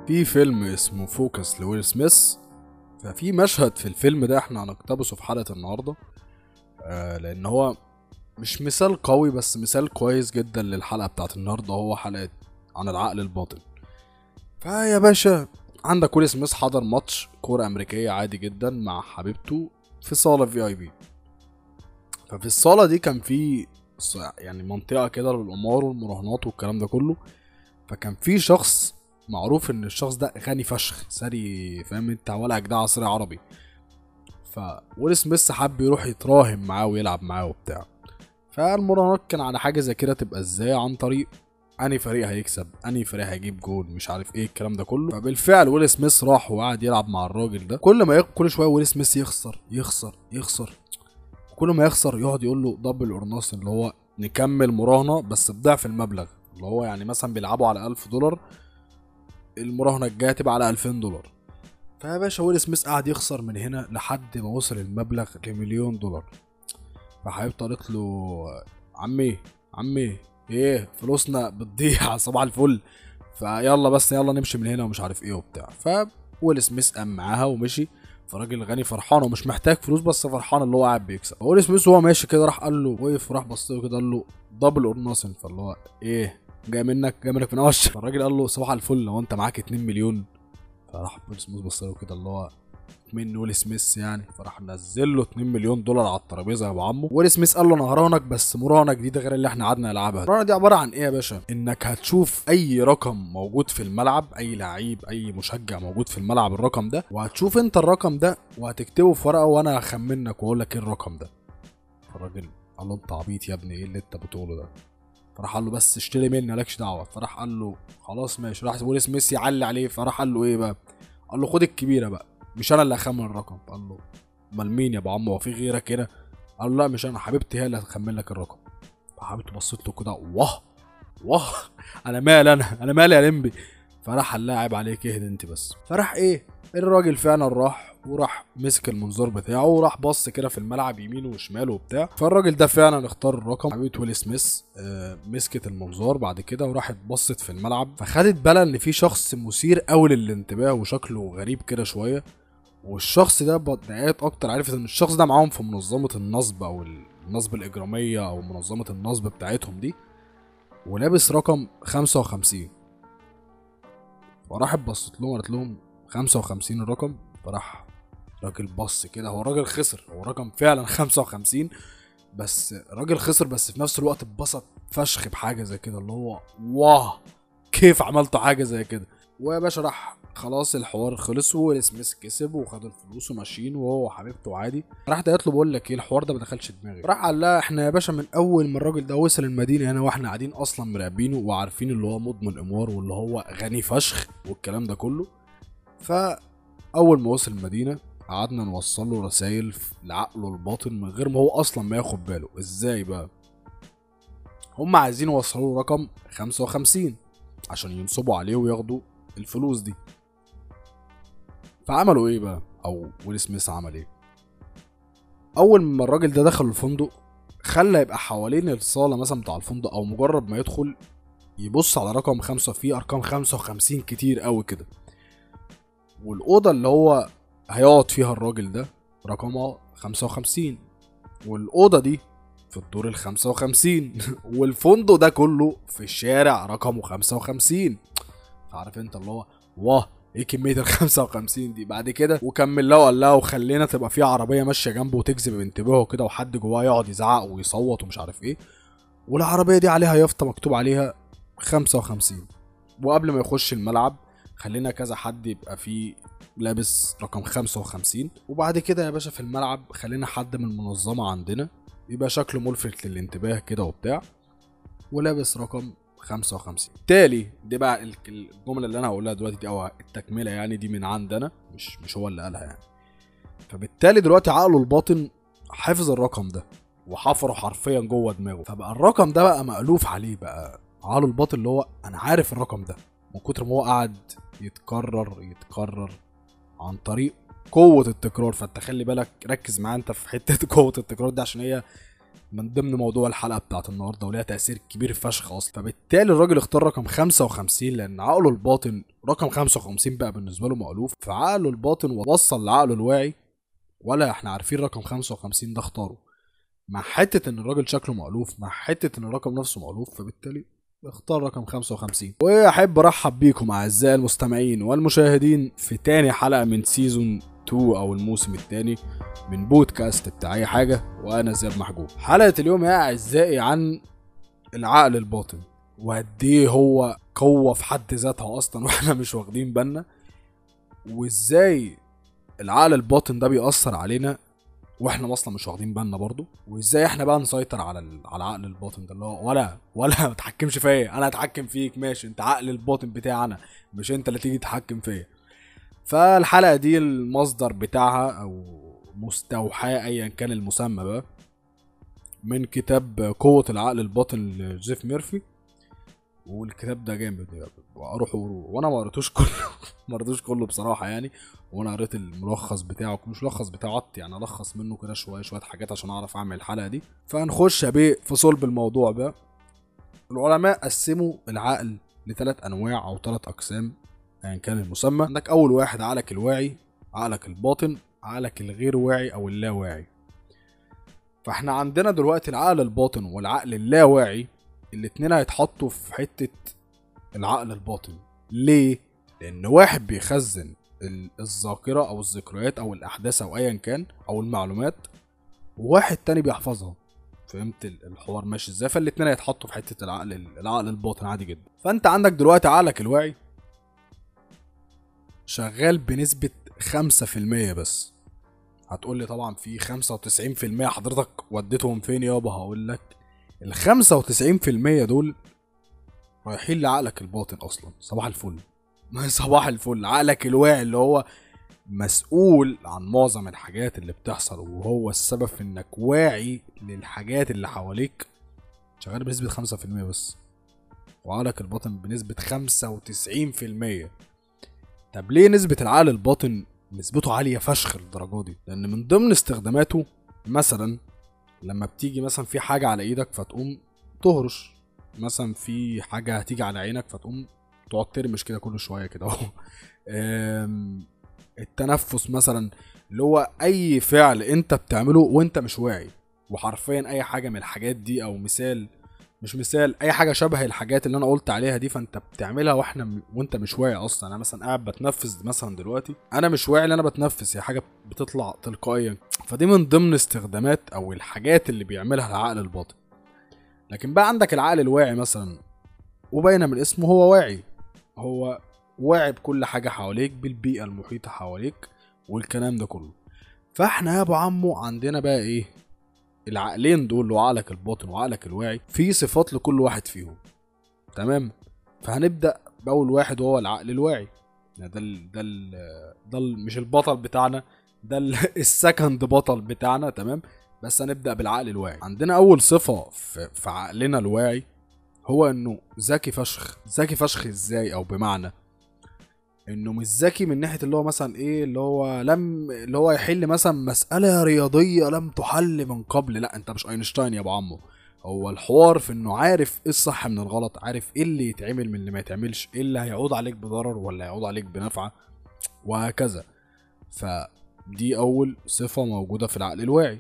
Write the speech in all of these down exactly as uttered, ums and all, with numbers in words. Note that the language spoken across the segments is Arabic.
في فيلم اسمه فوكس لويل سميث. ففي مشهد في الفيلم ده احنا هنقتبسه في حلقة النهاردة. آه لان هو مش مثال قوي بس مثال كويس جدا للحلقة بتاعت النهاردة. هو حلقة عن العقل الباطن. فيا باشا، عندك ويل سميث حضر ماتش كورة امريكية عادي جدا مع حبيبته في صالة في اي بي. ففي الصالة دي كان في يعني منطقة كده للقمار والمراهنات والكلام ده كله. فكان في شخص معروف ان الشخص ده غني فشخ ثري، فاهم انت، ولا اجدع عصري عربي. فويل سميث حب يروح يتراهن معاه ويلعب معاه وبتاع. فالمراهنات كان على حاجه زي كده تبقى ازاي، عن طريق انهي فريق هيكسب، انهي فريق هيجيب جول، مش عارف ايه الكلام ده كله. فبالفعل ويل سميث راح وقعد يلعب مع الراجل ده. كل ما يق... كل شويه ويل سميث يخسر يخسر يخسر. كل ما يخسر يقعد يقول له دبل اور نص، اللي هو نكمل مراهنه بس بضعف المبلغ. اللي هو يعني مثلا بيلعبوا على ألف دولار، المراهنه الجايه تبقى على ألفين دولار. فيا باشا ويل سميث قعد يخسر من هنا لحد ما وصل المبلغ لمليون دولار. فحبيبته قالت له عمي عمي ايه فلوسنا بتضيع صباح الفل، فيلا بس يلا نمشي من هنا ومش عارف ايه وبتاع. فويل سميث قام معاها ومشي. فالراجل غني فرحان ومش محتاج فلوس بس فرحان اللي هو قاعد بيكسب. ويل سميث وهو ماشي كده راح قال له، وقف وراح بص له كده قال له دبل اور ناثينج. فاللي هو ايه جاي منك جاي منك من وش. فالراجل قال له صباح الفل لو انت معاك اتنين مليون. فراح ويل سميث بص له كده اللي هو من ويل سميث يعني. فراح نزل له اتنين مليون دولار على الترابيزه يا ابو عمو. ويل سميث قال له انا هراهنك بس مراهنه جديده غير اللي احنا قعدنا نلعبها. المراهنه دي عباره عن ايه يا باشا؟ انك هتشوف اي رقم موجود في الملعب، اي لعيب اي مشجع موجود في الملعب الرقم ده، وهتشوف انت الرقم ده وهتكتبه في ورقه وانا هخمنك واقول لك ايه الرقم ده. فالراجل قال له انت عبيط يا ابني، ايه اللي انت بتقوله ده؟ فراح قال له بس اشتري مني مالكش دعوه. فراح قال له خلاص ماشي. راح ويل سميث يعلي عليه. فراح قال له ايه بقى؟ قال له خد الكبيره بقى، مش انا اللي هخمن الرقم. قال له امال مين يا ابو عم، هو في غيرك هنا؟ قال له لا مش انا، حبيبتي هي اللي هتخمن لك الرقم. فحبيبته بصيت له كده واه واه انا مال انا انا مالي يا لمبي. فراح قال لها عيب عليك اهدي انت بس. فراح ايه الراجل فعلا راح وراح مسك المنظار بتاعه وراح بص كده في الملعب يمينه وشماله وبتاع. فالراجل ده فعلا اختار الرقم. حبيبه ويل سميث آه مسكت المنظار بعد كده وراحت بصت في الملعب. فخدت بالها ان في شخص مثير قوي للانتباه وشكله غريب كده شويه. والشخص ده بدقات اكتر عرفت ان الشخص ده معاهم في منظمه النصب او النصب الاجراميه او منظمه النصب بتاعتهم دي، ولابس رقم خمسة وخمسين. فراحت بصت لهم قالت لهم خمسة وخمسين الرقم. فراح راجل بص كده، هو الراجل خسر، هو رقم فعلا خمسة وخمسين. بس الراجل خسر بس في نفس الوقت اتبسط فشخ بحاجه زي كده، اللي هو واه كيف عملتوا حاجه زي كده. ويا باشا راح خلاص الحوار خلص وويل سميث كسب وخد الفلوس وماشيين وهو وحبيبته عادي. راحت قالت له بقول لك ايه الحوار ده ما دخلش دماغي. راح قال لها احنا يا باشا من اول ما الراجل ده وصل المدينه هنا واحنا قاعدين اصلا مراقبينه وعارفين اللي هو مدمن اموار واللي هو غني فشخ والكلام ده كله. فاول ما وصل المدينه قعدنا نوصل له رسائل لعقله الباطن من غير ما هو اصلا ما ياخد باله. ازاي بقى؟ هم عايزين يوصلوا له رقم خمسة وخمسين عشان ينصبوا عليه وياخدوا الفلوس دي. فعملوا ايه بقى؟ او ويل سميث عمل ايه؟ اول ما الراجل ده دخل الفندق خلى يبقى حوالين الصاله مثلا بتاع الفندق او مجرد ما يدخل يبص على رقم خمسة، فيه ارقام خمسة وخمسين كتير قوي كده. والاوضه اللي هو هيقعد فيها الراجل ده رقمها خمسة وخمسين، والاوضه دي في الدور ال خمسة وخمسين والفندق ده كله في الشارع رقمه خمسة وخمسين. عارف انت اللي هو واه ايه كميه ال خمسة وخمسين دي. بعد كده وكمل لها وقال لها وخلينا تبقى في عربيه ماشيه جنبه وتجذب انتباهه كده وحد جواه يقعد يزعق ويصوت ومش عارف ايه، والعربيه دي عليها يافطه مكتوب عليها خمسة وخمسين. وقبل ما يخش الملعب خلينا كذا حد يبقى فيه لابس رقم خمسة وخمسين. وبعد كده يا باشا في الملعب خلينا حد من المنظمه عندنا يبقى شكله ملفت للانتباه كده وبتاع ولابس رقم خمسة وخمسين. تالي دي بقى الجمله اللي انا هقولها دلوقتي دي او التكمله يعني دي من عندنا، مش مش هو اللي قالها يعني. فبالتالي دلوقتي عقله الباطن حافظ الرقم ده وحفره حرفيا جوه دماغه. فبقى الرقم ده بقى مألوف عليه. بقى عقله الباطن اللي هو انا عارف الرقم ده من كتر ما هو قعد يتكرر يتكرر عن طريق قوه التكرار. فانت خلي بالك ركز معايا انت في حته قوه التكرار دي عشان هي من ضمن موضوع الحلقه بتاعت النهارده وليها تاثير كبير فشخ اصلا. فبالتالي الراجل اختار رقم خمسة وخمسين لان عقله الباطن رقم خمسة وخمسين بقى بالنسبه له مألوف، فعقله الباطن ووصل لعقله الواعي ولا احنا عارفين رقم خمسة وخمسين ده اختاره مع حته ان الراجل شكله مألوف، مع حته ان الرقم نفسه مألوف، فبالتالي اختار رقم خمسة وخمسين. واحب ارحب بيكم اعزائي المستمعين والمشاهدين في تاني حلقه من سيزون اتنين او الموسم الثاني من بودكاست بتاع اي حاجه، وانا زياد محجوب. حلقه اليوم يا اعزائي عن العقل الباطن وقد ايه هو قوه في حد ذاتها اصلا واحنا مش واخدين بالنا، وازاي العقل الباطن ده بيأثر علينا واحنا اصلا مش واخدين بالنا برضو، وازاي احنا بقى نسيطر على ال... على العقل الباطن ده اللي هو ولا ولا ما تحكمش فيا، انا اتحكم فيك ماشي، انت عقل الباطن بتاعي انا، مش انت اللي تيجي تتحكم فيا. فالحلقه دي المصدر بتاعها او مستوحاه ايا كان المسمى بقى من كتاب قوه العقل الباطن لجيف ميرفي، والكتاب ده جامد يعني، اروح وانا ما قريتوش كله ما قريتوش كله بصراحه يعني، وانا قريت الملخص بتاعه، مش ملخص بتاعه يعني، الخص منه كده شويه شويه حاجات عشان اعرف اعمل الحلقه دي. فهنخش يا بيه في صلب الموضوع بقى. العلماء قسموا العقل لثلاث انواع او ثلاث اقسام ايا يعني كان المسمى. عندك اول واحد عقلك الواعي، عقلك الباطن، عقلك الغير واعي او اللاواعي. فاحنا عندنا دلوقتي العقل الباطن والعقل اللاواعي، الاتنين هيتحطوا في حته العقل الباطن. ليه؟ لان واحد بيخزن الذاكره او الذكريات او الاحداث او ايا كان او المعلومات، وواحد تاني بيحفظها. فهمت الحوار ماشي ازاي؟ فالاتنين هيتحطوا في حته العقل العقل الباطن عادي جدا. فانت عندك دلوقتي عقلك الواعي شغال بنسبه خمسة في المية بس. هتقول لي طبعا في خمسة وتسعين في المية حضرتك وديتهم فين يابا؟ هقول لك ال خمسة وتسعين في المية دول رايحين لعقلك الباطن اصلا. صباح الفل صباح الفل. عقلك الواعي اللي هو مسؤول عن معظم الحاجات اللي بتحصل وهو السبب في انك واعي للحاجات اللي حواليك، شغال بنسبة خمسة في المية بس، وعقلك الباطن بنسبة خمسة وتسعين في المية. طب ليه نسبة العقل الباطن نسبته عالية فشخ للدرجة دي؟ لان من ضمن استخداماته مثلا لما بتيجي مثلا في حاجة على ايدك فتقوم تهرش، مثلا في حاجة هتيجي على عينك فتقوم تقعد ترمش كده كل شوية كده اهو. التنفس مثلا، اللي هو اي فعل انت بتعمله وانت مش واعي، وحرفيا اي حاجة من الحاجات دي او مثال مش مثال اي حاجة شبه الحاجات اللي انا قلت عليها دي فانت بتعملها واحنا م... وانت مش واعي اصلا. انا مثلا قاعد بتنفس مثلا دلوقتي، انا مش واعي ان انا بتنفس، هي حاجة بتطلع تلقائيا. فدي من ضمن استخدامات او الحاجات اللي بيعملها العقل الباطن. لكن بقى عندك العقل الواعي مثلا، وباينه من اسمه هو واعي، هو واعي بكل حاجه حواليك، بالبيئه المحيطه حواليك والكلام ده كله. فاحنا يا ابو عمو عندنا بقى ايه؟ العقلين دول اللي هو عقلك الباطن وعقلك الواعي، في صفات لكل واحد فيهم. تمام؟ فهنبدا باول واحد وهو العقل الواعي. ده ال ده ال ده ال مش البطل بتاعنا، ده السكند بطل بتاعنا. تمام؟ بس هنبدا بالعقل الواعي. عندنا اول صفه في, في عقلنا الواعي هو انه ذكي فشخ. ذكي فشخ ازاي؟ او بمعنى انه مش ذكي من ناحيه اللي هو مثلا ايه اللي هو لم اللي هو يحل مثلا مساله رياضيه لم تحل من قبل. لا، انت مش اينشتاين يا ابو عمو. هو الحوار في انه عارف ايه الصح من الغلط، عارف ايه اللي يتعمل من اللي ما يتعملش، ايه اللي هيعود عليك بضرر ولا هيعود عليك بنفعه، وهكذا. فدي اول صفه موجوده في العقل الواعي.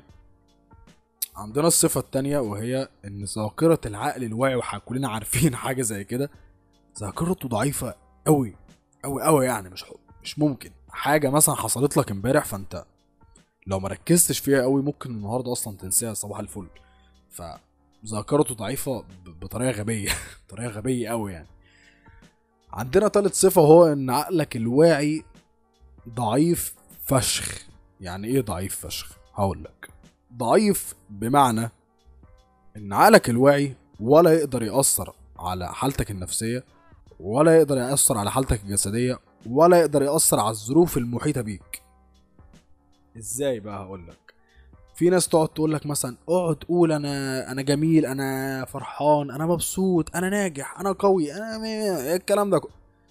عندنا الصفة التانية وهي ان ذاكرة العقل الواعي، وكلنا عارفين حاجة زي كده، ذاكرته ضعيفة قوي قوي قوي يعني، مش مش ممكن حاجة مثلا حصلت لك امبارح فانت لو مركزتش فيها قوي ممكن النهاردة اصلا تنساها. صباح الفل. فذاكرته ضعيفة بطريقة غبية بطريقة غبية قوي يعني. عندنا تالت صفة هو ان عقلك الواعي ضعيف فشخ. يعني ايه ضعيف فشخ؟ هقولك. ضعيف بمعنى ان عقلك الواعي ولا يقدر يأثر على حالتك النفسية، ولا يقدر يأثر على حالتك الجسدية، ولا يقدر يأثر على الظروف المحيطة بيك. ازاي بقى؟ هقولك. في ناس تقعد تقولك مثلا اقعد قول انا انا جميل، انا فرحان، انا مبسوط، انا ناجح، انا قوي، انا الكلام ده.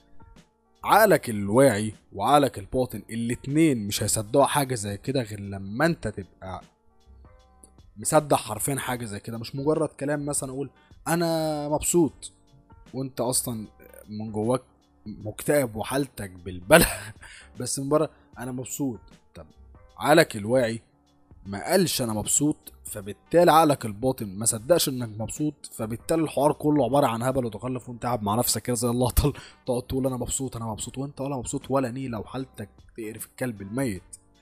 عقلك الواعي وعقلك الباطن الاتنين مش هيصدقوا حاجة زي كده غير لما انت تبقى مصدق حرفيا حاجه زي كده، مش مجرد كلام مثلا اقول انا مبسوط وانت اصلا من جواك مكتئب وحالتك بالبلة بس من بره انا مبسوط. طب عقلك الواعي ما قالش انا مبسوط، فبالتالي عقلك الباطن ما صدقش انك مبسوط، فبالتالي الحوار كله عباره عن هبل وتخلف، وانت قاعد مع نفسك كده زي اللقطه تقعد تقول انا مبسوط انا مبسوط وانت ولا مبسوط ولا نيله وحالتك تقرف الكلب الميت.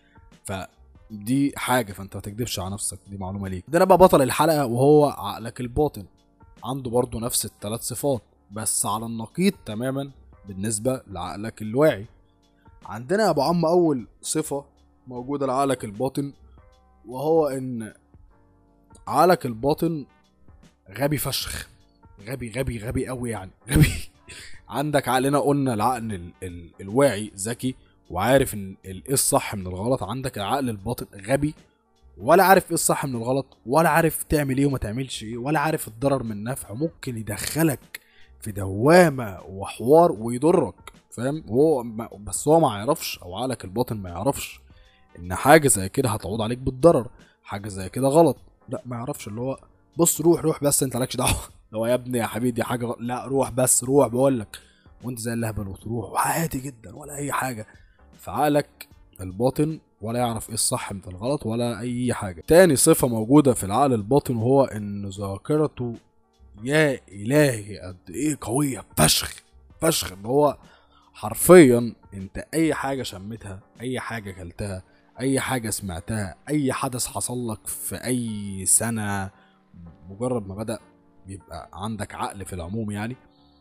فدي حاجه، فانت ما تكدبش على نفسك، دي معلومه ليك. ده بقى بطل الحلقه وهو عقلك الباطن، عنده برضه نفس الثلاث صفات بس على النقيض تماما بالنسبه لعقلك الواعي. عندنا يا ابو عم اول صفه موجوده لعقلك الباطن، وهو ان عقلك الباطن غبي فشخ، غبي غبي غبي قوي يعني غبي. عندك عقلنا قلنا العقل ال ال الواعي ذكي وعارف ان ايه الصح من الغلط، عندك العقل الباطن غبي ولا عارف ايه الصح من الغلط، ولا عارف تعمل ايه وما تعملش ايه، ولا عارف الضرر من النفع، ممكن يدخلك في دوامه وحوار ويضرك، فاهم؟ وهو بس هو ما يعرفش، او عقلك الباطن ما يعرفش ان حاجه زي كده هتعود عليك بالضرر، حاجه زي كده غلط، لا ما يعرفش. اللي هو بص روح روح بس انت مالكش دعوه لو يا ابني يا حبيبي دي حاجه غلط. لا روح بس روح بقول لك، وانت زي اللهبل وتروح وعادي جدا ولا اي حاجه. فعقلك الباطن ولا يعرف ايه الصح من الغلط ولا اي حاجه. تاني صفه موجوده في العقل الباطن وهو ان ذاكرته يا الهي قد ايه قويه فشخ فشخ، ان هو حرفيا انت اي حاجه شمتها، اي حاجه كلتها، اي حاجه سمعتها، اي حدث حصل لك في اي سنه، مجرد ما بدأ يبقى عندك عقل في العموم يعني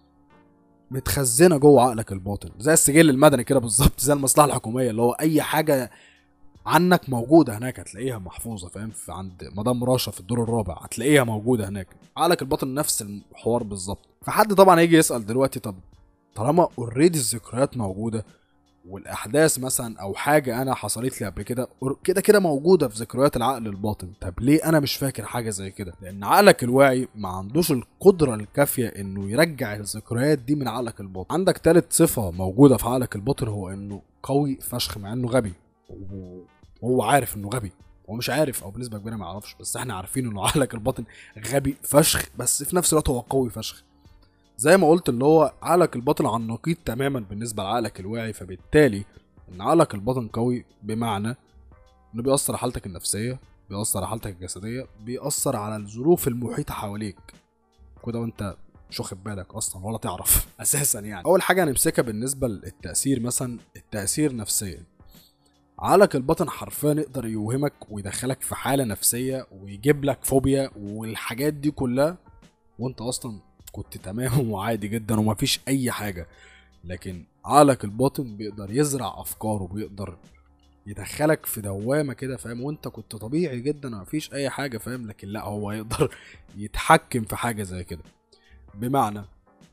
متخزنه جوه عقلك الباطن، زي السجل المدني كده بالظبط، زي المصلحه الحكوميه، اللي هو اي حاجه عنك موجوده هناك هتلاقيها محفوظه، فاهم؟ في عند مدام راشا في الدور الرابع هتلاقيها موجوده هناك. عقلك الباطن نفس الحوار بالظبط. فحد طبعا هيجي يسال دلوقتي، طب طالما اوريدي الذكريات موجوده والاحداث مثلا او حاجه انا حصلت لي قبل كده كده كده موجوده في ذكريات العقل الباطن، طب ليه انا مش فاكر حاجه زي كده؟ لان عقلك الواعي ما عندوش القدره الكافيه انه يرجع الذكريات دي من عقلك الباطن. عندك ثالث صفه موجوده في عقلك الباطن هو انه قوي فشخ مع انه غبي، وهو عارف انه غبي، هو مش عارف او بنسبه كبيره ما يعرفش، بس احنا عارفين انه عقلك الباطن غبي فشخ، بس في نفس الوقت هو قوي فشخ. زي ما قلت اللي هو عقلك الباطن عن نقيض تماما بالنسبه لعقلك الواعي، فبالتالي ان عقلك الباطن قوي بمعنى انه بيأثر على حالتك النفسيه، بيأثر على حالتك الجسديه، بيأثر على الظروف المحيطه حواليك كده وانت مش واخد بالك اصلا ولا تعرف اساسا. يعني اول حاجه هنمسكها بالنسبه للتأثير، مثلا التأثير نفسيا. عقلك الباطن حرفيا يقدر يوهمك ويدخلك في حاله نفسيه ويجيب لك فوبيا والحاجات دي كلها وانت اصلا كنت تمام وعادي جدا ومفيش اي حاجه، لكن عقلك الباطن بيقدر يزرع افكار وبيقدر يدخلك في دوامه كده، فاهم؟ وانت كنت طبيعي جدا مفيش اي حاجه، فاهم؟ لكن لا، هو يقدر يتحكم في حاجه زي كده. بمعنى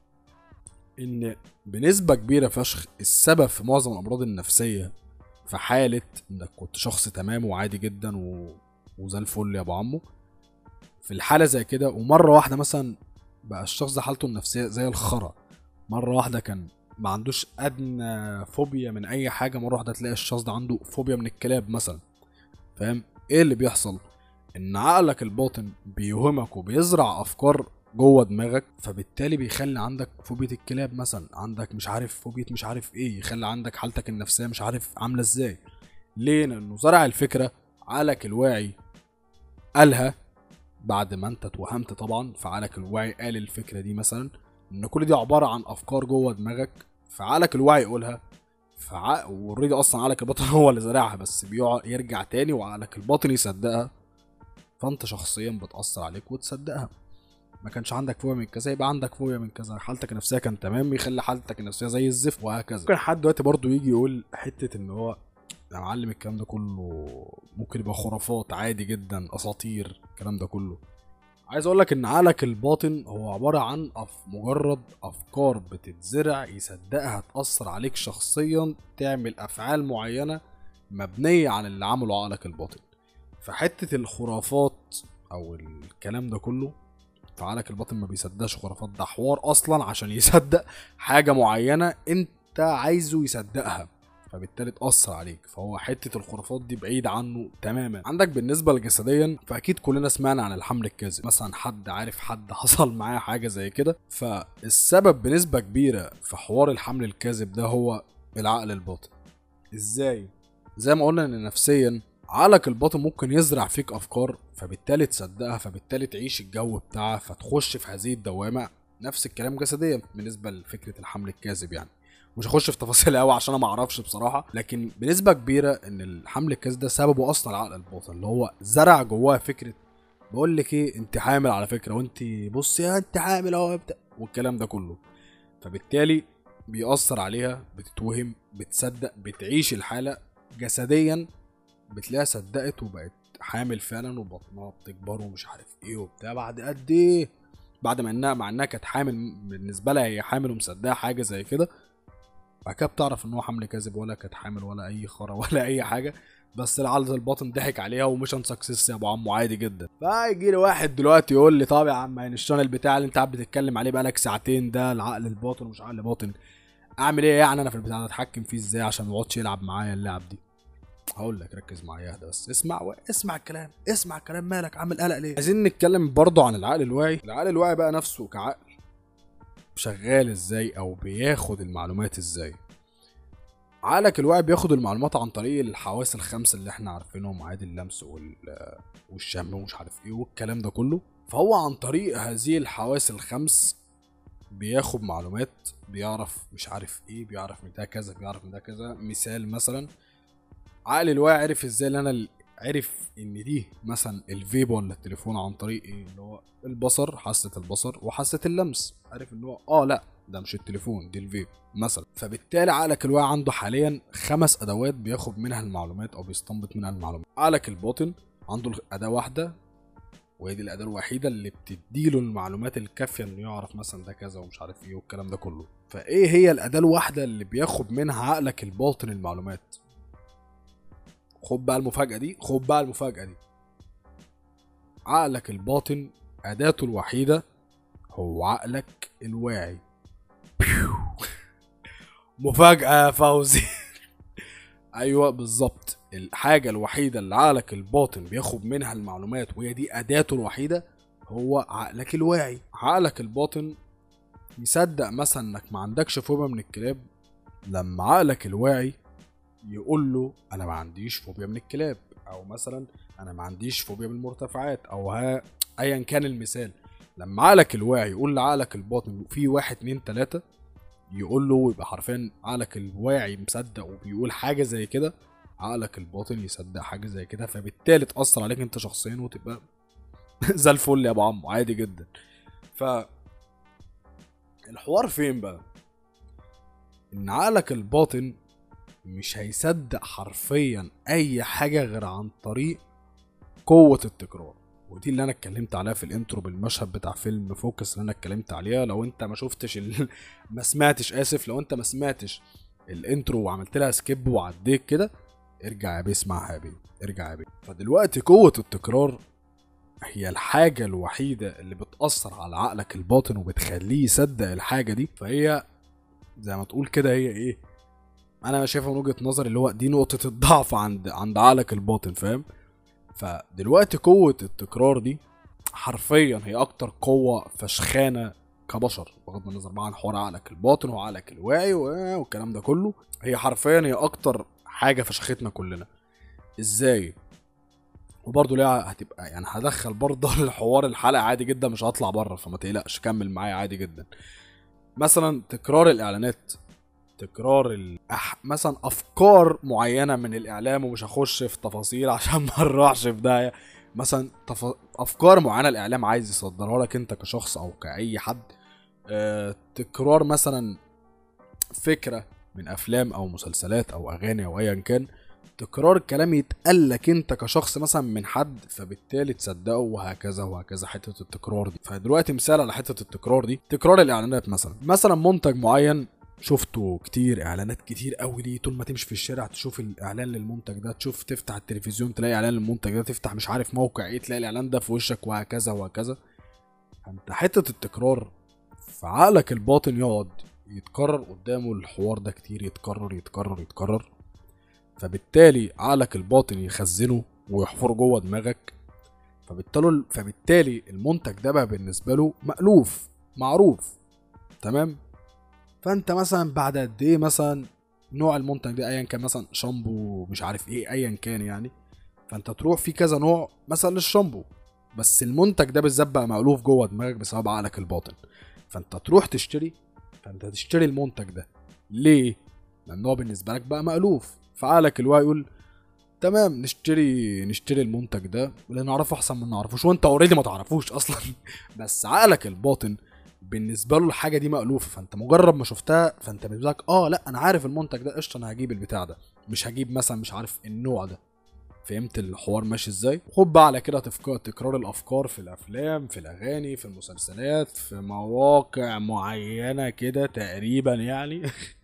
ان بنسبه كبيره فشخ السبب في معظم الامراض النفسيه في حاله انك كنت شخص تمام وعادي جدا و... وزي الفل يا ابو عمو، في الحاله زي كده ومره واحده مثلا بقى الشخص ده حالته النفسيه زي الخرا، مره واحده كان ما عندوش ادنى فوبيا من اي حاجه، مره واحده تلاقي الشخص ده عنده فوبيا من الكلاب مثلا، فاهم؟ ايه اللي بيحصل؟ ان عقلك الباطن بيوهمك وبيزرع افكار جوه دماغك، فبالتالي بيخلي عندك فوبيا الكلاب مثلا، عندك مش عارف فوبيا مش عارف ايه، يخلي عندك حالتك النفسيه مش عارف عامله ازاي. ليه؟ لانه زرع الفكره، عقلك الواعي قالها بعد ما انت توهمت طبعا، فعقلك الواعي قال الفكره دي مثلا ان كل دي عباره عن افكار جوه دماغك، فعقلك الواعي يقولها، فع... اوريدي اصلا عقلك الباطن هو اللي زرعها بس بيقع يرجع تاني وعقلك الباطن يصدقها، فانت شخصيا بتاثر عليك وتصدقها. ما كانش عندك فوبيا من كذا يبقى عندك فوبيا من كذا، حالتك النفسيه كان تمام يخلي حالتك النفسيه زي الزفت وهكذا. ممكن حد دلوقتي برضو يجي يقول حته ان هو يا معلم الكلام ده كله ممكن يبقى خرافات عادي جدا، اساطير، الكلام ده كله. عايز اقول لك ان عقلك الباطن هو عباره عن أف مجرد افكار بتتزرع يصدقها، تاثر عليك شخصيا، تعمل افعال معينه مبنيه عن اللي عمله عقلك الباطن. فحته الخرافات او الكلام ده كله فعقلك الباطن ما بيصدقش خرافات، ده حوار اصلا عشان يصدق حاجه معينه انت عايزه يصدقها، فبالتالي تأثر عليك. فهو حتة الخرافات دي بعيد عنه تماما. عندك بالنسبة لجسديا، فأكيد كلنا سمعنا عن الحمل الكاذب، مثلا حد عارف حد حصل معاه حاجة زي كده. فالسبب بنسبة كبيرة في حوار الحمل الكاذب ده هو العقل الباطن. ازاي؟ زي ما قلنا ان نفسيا عقلك الباطن ممكن يزرع فيك افكار، فبالتالي تصدقها، فبالتالي تعيش الجو بتاعها، فتخش في هذه الدوامة. نفس الكلام جسديا بالنسبة لفكرة الحمل الكاذب. يعني مش هخش في تفاصيل قوي عشان انا ما اعرفش بصراحه، لكن بنسبه كبيره ان الحمل الكاذب ده سببه اصلا العقل الباطن، اللي هو زرع جواه فكره بقول لك ايه انت حامل على فكره، وانت بصي يا انت حامل اهو، والكلام ده كله. فبالتالي بيأثر عليها، بتتوهم، بتصدق، بتعيش الحاله جسديا، بتلاقيها صدقت وبقت حامل فعلا، وبطنها بتكبر ومش عارف ايه وبتاع. بعد قد ايه؟ بعد ما انها مع انها كانت حامل، بالنسبه لها هي حامل ومصدقه حاجه زي كده، بعد كده بتعرف ان هو حمل كاذب، ولا كانت حامل ولا اي خرا ولا اي حاجه، بس العقل الباطن ضحك عليها ومشن سكسس يا ابو عمو عادي جدا. فيجي لي واحد دلوقتي يقول لي طب يا عم يعني الشانل بتاع اللي انت قاعد بتتكلم عليه بقالك ساعتين ده العقل الباطن ومش عقل باطن، اعمل ايه يعني انا في البتاع ده؟ اتحكم فيه ازاي عشان ما يقعدش يلعب معايا اللعب دي؟ هقول لك ركز معايا اهدى بس، اسمع و... اسمع الكلام، اسمع الكلام، مالك عامل قلق ليه؟ عايزين نتكلم برضو عن العقل الواعي. العقل الواعي بقى نفسه كعقل شغال ازاي او بياخد المعلومات ازاي؟ عقلك الواعي بياخد المعلومات عن طريق الحواس الخمسه اللي احنا عارفينهم عادي، اللمس وال... والشم ومش عارف ايه والكلام ده كله. فهو عن طريق هذه الحواس الخمس بياخد معلومات، بيعرف مش عارف ايه، بيعرف من ده كذا، بيعرف من ده كذا. مثال مثلا عقل الواعي عرف ازاي اللي انا عرف ان دي مثلا الفيب ولا التليفون عن طريق ايه؟ اللي هو البصر، حاسه البصر وحاسه اللمس. عرف ان هو اه لا ده مش التليفون دي الفيب مثلا. فبالتالي عقلك الواعي عنده حاليا خمس ادوات بياخد منها المعلومات او بيستنبط منها المعلومات. عقلك الباطن عنده اداه واحده، وهي دي الاداه الوحيده اللي بتديله المعلومات الكافيه انه يعرف مثلا ده كذا ومش عارف ايه والكلام ده كله. فايه هي الاداه الواحده اللي بياخد منها عقلك الباطن المعلومات؟ خد بقى المفاجأة دي، خد بقى المفاجأة دي. عقلك الباطن أداته الوحيدة هو عقلك الواعي. مفاجأة يا فوزي. أيوة بالظبط، الحاجة الوحيدة اللي عقلك الباطن بياخد منها المعلومات وهي دي أداته الوحيدة هو عقلك الواعي. عقلك الباطن يصدق مثلا إنك ما عندكش فوبيا من الكلاب لما عقلك الواعي يقول له انا ما عنديش فوبيا من الكلاب، او مثلا انا ما عنديش فوبيا من المرتفعات، او ها ايا كان المثال. لما عقلك الواعي يقول لعقلك الباطن في واحد اتنين تلاته، يقول له، يبقى حرفيا عقلك الواعي مصدق وبيقول حاجه زي كده، عقلك الباطن يصدق حاجه زي كده، فبالتالي تاثر عليك انت شخصيا وتبقى زي الفل يا ابو عمو عادي جدا. ف الحوار فين بقى؟ ان عقلك الباطن مش هيصدق حرفيا اي حاجة غير عن طريق قوة التكرار. ودي اللي انا اتكلمت عليها في الانترو بالمشهد بتاع فيلم فوكس اللي انا اتكلمت عليها. لو انت ما شفتش ال... ما سمعتش اسف لو انت ما سمعتش الانترو وعملت لها سكيب وعديت كده، ارجع يا بيه اسمعها يا بيه، ارجع يا بيه. فدلوقتي قوة التكرار هي الحاجة الوحيدة اللي بتأثر على عقلك الباطن وبتخليه يصدق الحاجة دي. فهي زي ما تقول كده هي ايه، انا شايفها من وجهة نظري اللي هو دي نقطة الضعف عند عند عقلك الباطن، فاهم؟ فدلوقتي قوة التكرار دي حرفيا هي اكتر قوة فشخانة كبشر، بغض النظر بقى عن حوار عقلك الباطن وعقلك الواعي والكلام ده كله. هي حرفيا هي اكتر حاجة فشختنا كلنا. ازاي؟ وبرضه ليها هتبقى يعني هدخل برضه الحوار الحلقة عادي جدا، مش هطلع بره، فما تقلقش كمل معايا عادي جدا. مثلا تكرار الاعلانات، تكرار الأح... مثلا افكار معينه من الاعلام، ومش هخش في تفاصيل عشان ما نروحش في داهيه. مثلا تف... افكار معينه الاعلام عايز يصدرها لك انت كشخص او كاي حد. أه... تكرار مثلا فكره من افلام او مسلسلات او اغاني او ايا كان، تكرار الكلام يتقال لك انت كشخص مثلا من حد، فبالتالي تصدقه وهكذا وهكذا. حته التكرار دي، فدلوقتي مثال على حته التكرار دي تكرار الاعلانات. مثلا مثلا منتج معين شفته كتير، اعلانات كتير قوي دي، طول ما تمشي في الشارع تشوف الاعلان للمنتج ده، تشوف تفتح التلفزيون تلاقي اعلان للمنتج ده، تفتح مش عارف موقع ايه تلاقي الاعلان ده في وشك وهكذا وهكذا. انت حته التكرار فعقلك الباطن يقعد يتكرر قدامه الحوار ده كتير، يتكرر يتكرر يتكرر فبالتالي عقلك الباطن يخزنه ويحفره جوه دماغك، فبالتالي فبالتالي المنتج ده بقى بالنسبه له مألوف معروف. تمام. فانت مثلا بعد قد ايه مثلا نوع المنتج ده ايا كان، مثلا شامبو مش عارف ايه ايا كان يعني، فانت تروح في كذا نوع مثلا للشامبو، بس المنتج ده بالذات بقى مألوف جوه دماغك بسبب عقلك الباطن، فانت تروح تشتري، فانت تشتري المنتج ده ليه؟ لان هو بالنسبه لك بقى مألوف، فعقلك الواعي يقول تمام نشتري نشتري المنتج ده اللي نعرفه احسن من نعرفوش، وانت اوريدي ما تعرفوش اصلا بس عقلك الباطن بالنسبه له الحاجه دي مألوفه، فانت مجرد ما شفتها فانت بالنسبه لك اه لا انا عارف المنتج ده قشطه، انا هجيب البتاع ده، مش هجيب مثلا مش عارف النوع ده. فهمت الحوار ماشي ازاي؟ خد بقى على كده تكرار الافكار في الافلام، في الاغاني، في المسلسلات، في مواقع معينه كده تقريبا يعني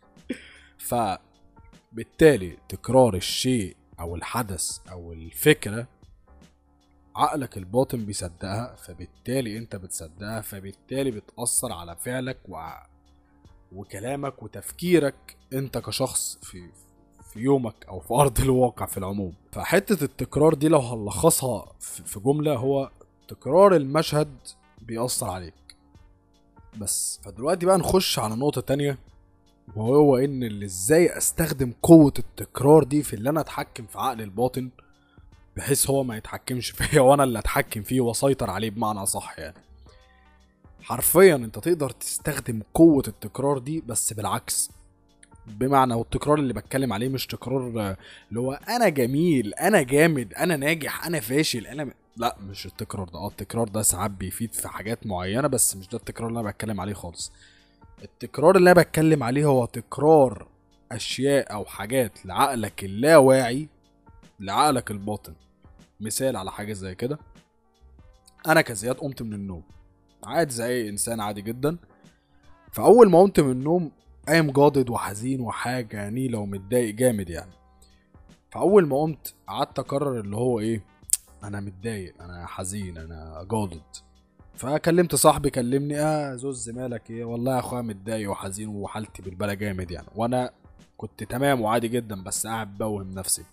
فبالتالي تكرار الشيء او الحدث او الفكره عقلك الباطن بيصدقها، فبالتالي انت بتصدقها، فبالتالي بتأثر على فعلك و... وكلامك وتفكيرك انت كشخص في في يومك او في ارض الواقع في العموم. فحتة التكرار دي لو هنلخصها في جملة، هو تكرار المشهد بيأثر عليك بس. فدلوقتي بقى نخش على نقطة تانية، وهو ان اللي ازاي استخدم قوة التكرار دي في اللي انا اتحكم في عقل الباطن بحيث هو ما يتحكمش فيا وانا اللي اتحكم فيه واسيطر عليه بمعنى صح. يعني حرفيا انت تقدر تستخدم قوة التكرار دي بس بالعكس، بمعنى والتكرار اللي بتكلم عليه مش تكرار اللي هو انا جميل انا جامد انا ناجح انا فاشل انا م... لا مش التكرار ده. اه التكرار ده ساعات بيفيد في حاجات معينة بس مش ده التكرار اللي انا بتكلم عليه خالص. التكرار اللي انا بتكلم عليه هو تكرار اشياء او حاجات لعقلك اللاواعي لعقلك الباطن. مثال على حاجة زي كده، انا كزياد قمت من النوم عادي زي انسان عادي جدا، فاول ما قمت من النوم قايم جادد وحزين وحاجه نيله ومتضايق جامد يعني. فاول ما قمت قعدت اكرر اللي هو ايه، انا متضايق انا حزين انا جادد. فكلمت صاحبي كلمني اه زوز مالك ايه، والله يا اخويا متضايق وحزين وحالتي بالبلا جامد يعني، وانا كنت تمام وعادي جدا بس قاعد بوهم نفسي.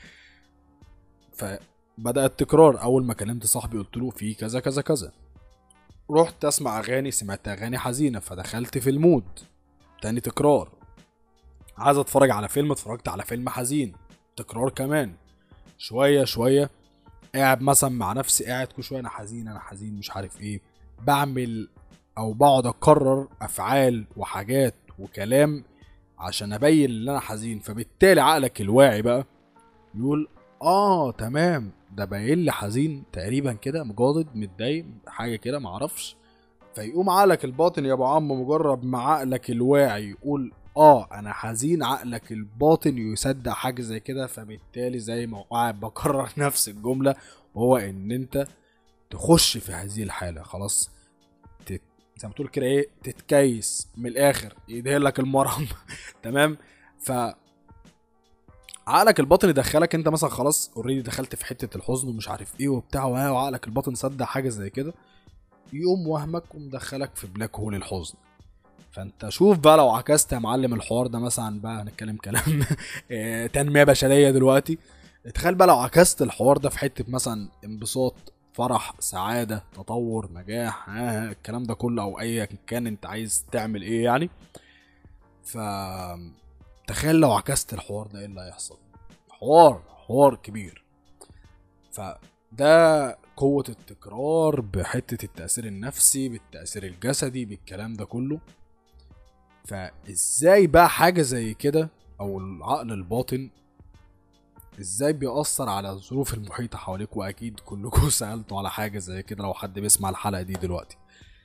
فبدأ التكرار، اول ما كلمت صاحبي قلت له في كذا كذا كذا، رحت اسمع اغاني سمعت اغاني حزينه فدخلت في المود. تاني تكرار، عايز اتفرج على فيلم اتفرجت على فيلم حزين، تكرار كمان. شويه شويه قاعد مثلا مع نفسي قاعد كل شويه انا حزين انا حزين مش عارف ايه، بعمل او بقعد اكرر افعال وحاجات وكلام عشان ابين ان انا حزين، فبالتالي عقلك الواعي بقى يقول اه تمام ده باين لي حزين تقريبا كده مجادد متضايق حاجه كده معرفش. فيقوم عقلك الباطن يا ابو عم مجرد ما عقلك الواعي يقول اه انا حزين عقلك الباطن يصدق حاجه زي كده، فبالتالي زي ما قاعد بكرر نفس الجمله، وهو ان انت تخش في هذه الحاله خلاص تت... زي ما تقول كده ايه تتكيس من الاخر يدهن لك المرهم تمام. ف عقلك الباطن يدخلك انت مثلا خلاص اوريدي دخلت في حته الحزن ومش عارف ايه وبتاع، وعقلك الباطن صدق حاجه زي كده يقوم وهمك ومدخلك في بلاك هول الحزن. فانت شوف بقى لو عكست يا معلم الحوار ده، مثلا بقى هنتكلم كلام تنمية بشرية دلوقتي، تخيل بقى لو عكست الحوار ده في حتة مثلا انبساط فرح سعادة تطور نجاح آه الكلام ده كله او اي كان انت عايز تعمل ايه يعني. ف تخيل لو عكست الحوار ده ايه اللي هيحصل، حوار حوار كبير. فده قوة التكرار بحتة التأثير النفسي بالتأثير الجسدي بالكلام ده كله. فازاي بقى حاجة زي كده او العقل الباطن ازاي بيأثر على الظروف المحيطة حواليك، واكيد كلكم سألتوا على حاجة زي كده لو حد بيسمع الحلقة دي دلوقتي.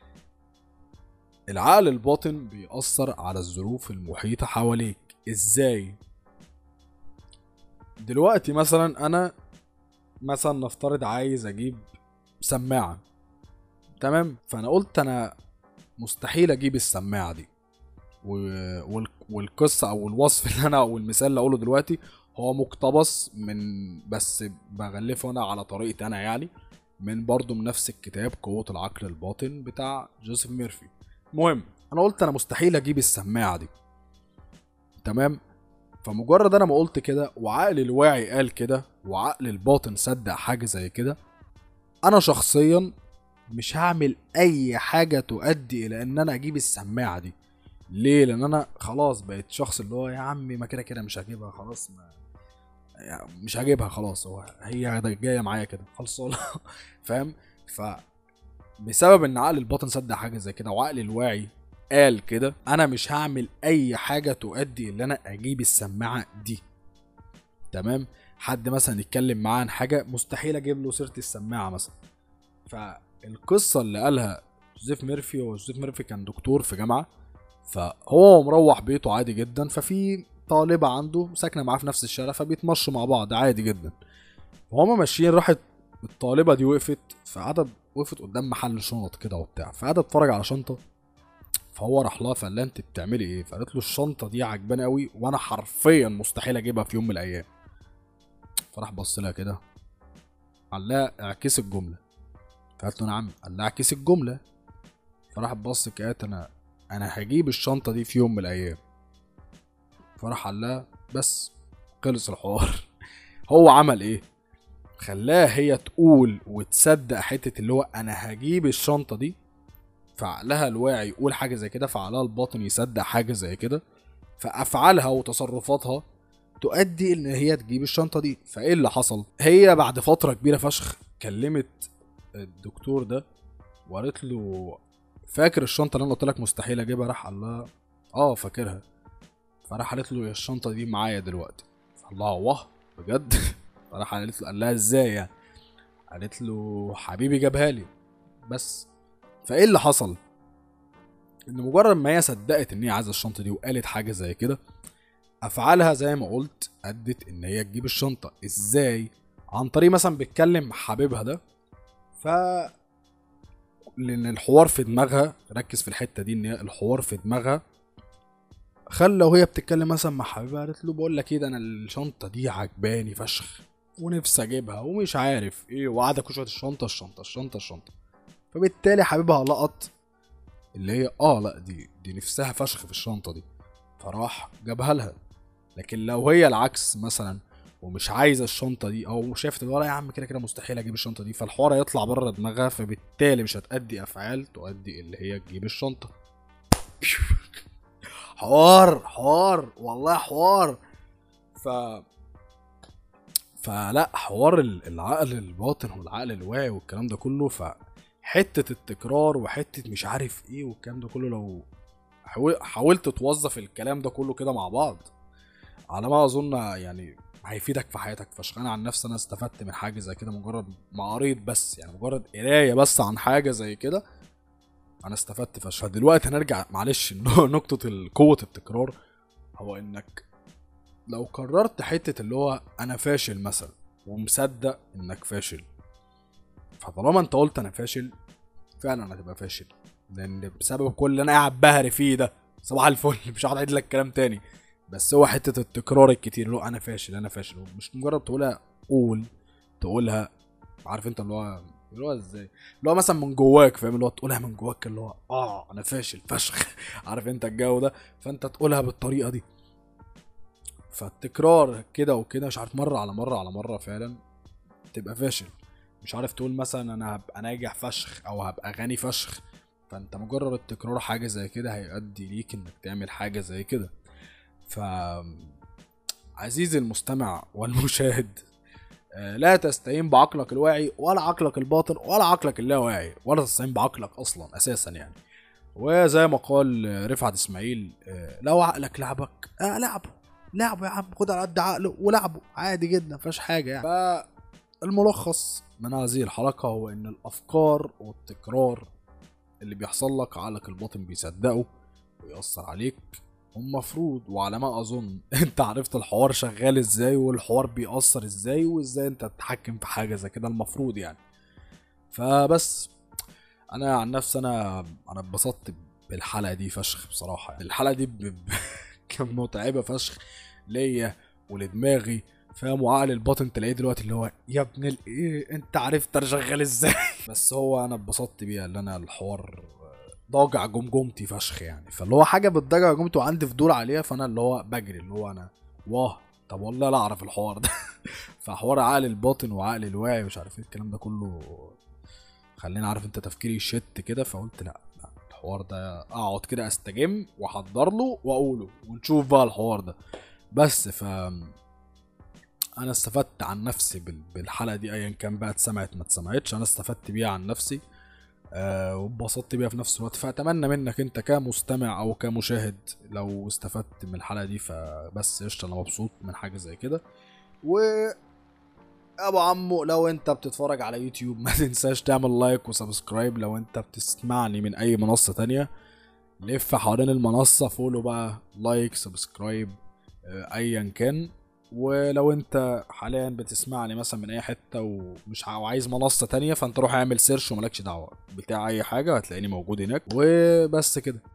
العقل الباطن بيأثر على الظروف المحيطة حواليك ازاي؟ دلوقتي مثلا انا مثلا نفترض عايز اجيب سماعة تمام، فانا قلت انا مستحيل اجيب السماعة دي، والقصة او الوصف اللي انا او المثال اللي اقوله دلوقتي هو مقتبس من بس بغلفه انا على طريقتي انا يعني من برضو من نفس الكتاب قوة العقل الباطن بتاع جوزيف ميرفي. المهم انا قلت انا مستحيل اجيب السماعة دي تمام، فمجرد انا ما قلت كده وعقل الواعي قال كده وعقل الباطن صدق حاجه زي كده، انا شخصيا مش هعمل اي حاجه تؤدي الى ان انا اجيب السماعه دي. ليه؟ لان انا خلاص بقيت شخص اللي هو يا عمي ما كده كده مش هجيبها خلاص، ما يعني مش هجيبها خلاص، هو هي جايه معايا كده خلصانه فاهم؟ فبسبب ان عقل الباطن صدق حاجه زي كده وعقل الواعي قال كده، انا مش هعمل اي حاجه تؤدي ان انا اجيب السماعه دي. تمام؟ حد مثلا يتكلم معاه عن حاجه مستحيل اجيب له سيره السماعه مثلا. فالقصه اللي قالها جوزيف ميرفي، هو جوزيف ميرفي كان دكتور في جامعه، فهو مروح بيته عادي جدا، ففي طالبه عنده ساكنه معاه في نفس الشارع، فبيتمشوا مع بعض عادي جدا. وهما ماشيين راحت الطالبه دي وقفت، فقعدت وقفت قدام محل شنط كده وبتاع، فقعدت تتفرج على شنطه. فهو راح لها فقال لها انت بتعملي ايه؟ فقالت له الشنطه دي عجباني قوي وانا حرفيا مستحيل اجيبها في يوم من الايام. فراح بص لها كده قال لها اعكس الجمله. فقالت له نعم. قال لها اعكس الجمله. فراح بص قالت انا انا هجيب الشنطه دي في يوم من الايام. فراح قال لها بس خلص الحوار هو عمل ايه؟ خلاها هي تقول وتصدق حته اللي هو انا هجيب الشنطه دي، فعقلها الواعي يقول حاجه زي كده، فعقلها الباطن يصدق حاجه زي كده، فافعالها وتصرفاتها تؤدي ان هي تجيب الشنطه دي. فايه اللي حصل؟ هي بعد فتره كبيره فشخ كلمت الدكتور ده وقالت له فاكر الشنطه اللي انا قلت لك مستحيل اجيبها؟ راح قال لها اه فاكرها. فراح قالت له الشنطه دي معايا دلوقتي. قال لها واه بجد؟ فراح قالت له قال لها ازاي يعني؟ قالت له حبيبي جابها لي بس. فايه اللي حصل؟ ان مجرد ما هي صدقت ان هي عايزه الشنطه دي وقالت حاجه زي كده، افعالها زي ما قلت ادت ان هي تجيب الشنطه. ازاي؟ عن طريق مثلا بتكلم مع حبيبها ده، ف لان الحوار في دماغها، ركز في الحته دي، ان هي الحوار في دماغها خلى وهي بتتكلم مثلا مع حبيبها قالت له بقول لك ايه ده انا الشنطه دي عجباني فشخ ونفسي اجيبها ومش عارف ايه، وقاعده كشوت الشنطه الشنطه الشنطه الشنطه. فبالتالي حبيبها لقط اللي هي اه لا دي دي نفسها فشخ في الشنطه دي، فراح جابها لها. لكن لو هي العكس مثلا ومش عايزه الشنطه دي او شافت ولا يا عم كده كده مستحيل اجيب الشنطه دي، فالحوار هيطلع بره دماغها، فبالتالي مش هتأدي افعال تؤدي اللي هي تجيب الشنطه. حوار حوار والله حوار. ف فلا حوار العقل الباطن والعقل الواعي والكلام ده كله، فحته التكرار وحته مش عارف ايه والكلام ده كله، لو حاولت توظف الكلام ده كله كده مع بعض على ما اظن يعني هيفيدك في حياتك فشخ. انا عن نفسي انا استفدت من حاجه زي كده، مجرد ما قريت بس، يعني مجرد قرايه بس عن حاجه زي كده انا استفدت فشخ. دلوقتي هنرجع معلش نقطه قوه التكرار، هو انك لو قررت حته اللي هو انا فاشل مثلا ومصدق انك فاشل، فطالما انت قلت انا فاشل فعلا هتبقى فاشل، لان بسبب كل اللي انا قاعد بهري فيه ده صباح الفل مش هقعد اعيد لك كلام تاني. بس هو حته التكرار الكتير اللي هو انا فاشل انا فاشل، مش مجرد تقولها قول تقولها عارف انت اللي هو اللي هو ازاي اللي هو مثلا من جواك، فاهم؟ اللي هو تقولها من جواك اللي هو اه انا فاشل فشخ عارف انت الجو ده، فانت تقولها بالطريقه دي. فالتكرار كده وكده مش عارف مره على مره على مره فعلا تبقى فاشل. مش عارف تقول مثلا انا هبقى ناجح فشخ او هبقى غني فشخ، فانت مجرد التكرار حاجه زي كده هيؤدي ليك انك تعمل حاجه زي كده. ف عزيزي المستمع والمشاهد، لا تستعين بعقلك الواعي ولا عقلك الباطن ولا عقلك اللاواعي، ولا تستعين بعقلك اصلا اساسا يعني. وزي ما قال رفعت اسماعيل لو عقلك لعبك آه لعبه لعبه يا عم، خد على قد عقله ولعبه عادي جدا مفيش حاجه يعني. فالملخص من هذه الحلقه هو ان الافكار والتكرار اللي بيحصل لك عقلك الباطن بيصدقه ويأثر عليك، المفروض وعلى ما اظن انت عرفت الحوار شغال ازاي والحوار بيأثر ازاي وازاي انت تتحكم في حاجه زي كده المفروض يعني. فبس انا عن نفسي انا انا اتبسطت بالحلقه دي فشخ بصراحه يعني. الحلقه دي ب... ب... كان متعبه فشخ ليا ولدماغي، فاهم؟ وعقل الباطن تلاقيه دلوقتي اللي هو يا ابن الايه انت عرفت انا شغال ازاي بس هو انا اتبسطت بيها اللي انا الحوار ضاجع جمجمتي فشخ يعني، فاللي هو حاجه بتضجع جمجمتي وعندي فضول عليها، فانا اللي هو بجري اللي هو انا واه طب والله لا اعرف الحوار ده. فحوار عقل الباطن وعقل الواعي مش عارف ايه الكلام ده كله، خليني عارف انت تفكيري شت كده، فقلت لا لا الحوار ده اقعد كده استجم واحضر له واقوله ونشوف بقى الحوار ده. بس ف انا استفدت عن نفسي بال- بالحلقه دي ايا كان بقى اتسمعت ما اتسمعتش، انا استفدت بيها عن نفسي آه واتبسطت بيها في نفس الوقت. فاتمنى منك انت كمستمع او كمشاهد لو استفدت من الحلقه دي فبس قشطه، انا مبسوط من حاجه زي كده. و ابو عمو لو انت بتتفرج على يوتيوب ما تنساش تعمل لايك وسبسكرايب. لو انت بتسمعني من اي منصه تانية لف حوالين المنصه فولو بقى، لايك سبسكرايب آه، ايا كان. ولو انت حاليا بتسمعني مثلا من اي حته ومش ع- وعايز منصه تانية، فانت روح اعمل سيرش وملكش دعوه بتاع اي حاجه، هتلاقيني موجود هناك. وبس كده.